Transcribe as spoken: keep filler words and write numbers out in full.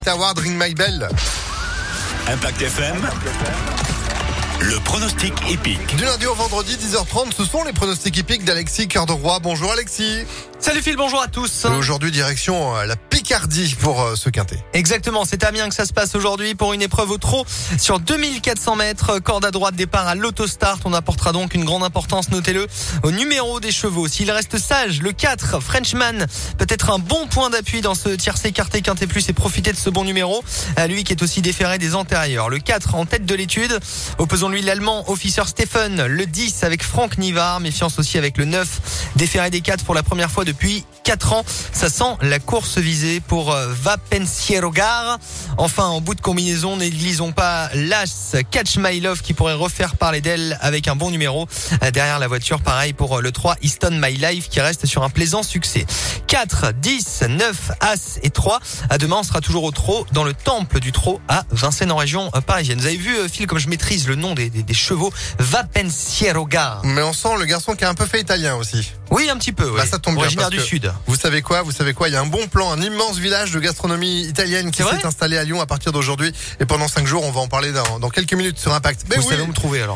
Award Ring My Bell. Impact F M, le pronostic épique. Du lundi au vendredi, dix heures trente, ce sont les pronostics épiques d'Alexis Cœur de Roi. Bonjour Alexis. Salut Phil, bonjour à tous. Et aujourd'hui, direction euh, la Picardie pour euh, ce quintet. Exactement, c'est à Amiens que ça se passe aujourd'hui pour une épreuve au trot sur deux mille quatre cents mètres. Corde à droite, départ à l'autostart. On apportera donc une grande importance, notez-le, au numéro des chevaux. S'il reste sage, le quatre, Frenchman, peut-être un bon point d'appui dans ce tiercé écarté quintet plus et profiter de ce bon numéro. À lui qui est aussi déféré des antérieurs. Le quatre en tête de l'étude. Opposons-lui l'allemand Officer Stephen. Le dix avec Franck Nivard. Méfiance aussi avec le neuf, déféré des quatre pour la première fois depuis quatre ans. Ça sent la course visée pour Va Pensierogar. Enfin, en bout de combinaison, négligeons pas l'As Catch My Love qui pourrait refaire parler d'elle avec un bon numéro. Derrière la voiture, pareil pour le trois Easton My Life qui reste sur un plaisant succès. quatre, dix, neuf, As et trois. À demain, on sera toujours au trot dans le temple du trot à Vincennes en région parisienne. Vous avez vu, Phil, comme je maîtrise le nom des, des, des chevaux. Va Pensierogar. Mais on sent le garçon qui a un peu fait italien aussi. Oui, un petit peu. Oui. Bah, ça tombe bien. Originaire Parce du que Sud. Vous savez quoi Vous savez quoi Il y a un bon plan, un immense village de gastronomie italienne qui C'est vrai s'est installé à Lyon à partir d'aujourd'hui. Et pendant cinq jours, on va en parler dans, dans quelques minutes sur Impact. Mais Vous oui. savez où me trouver alors.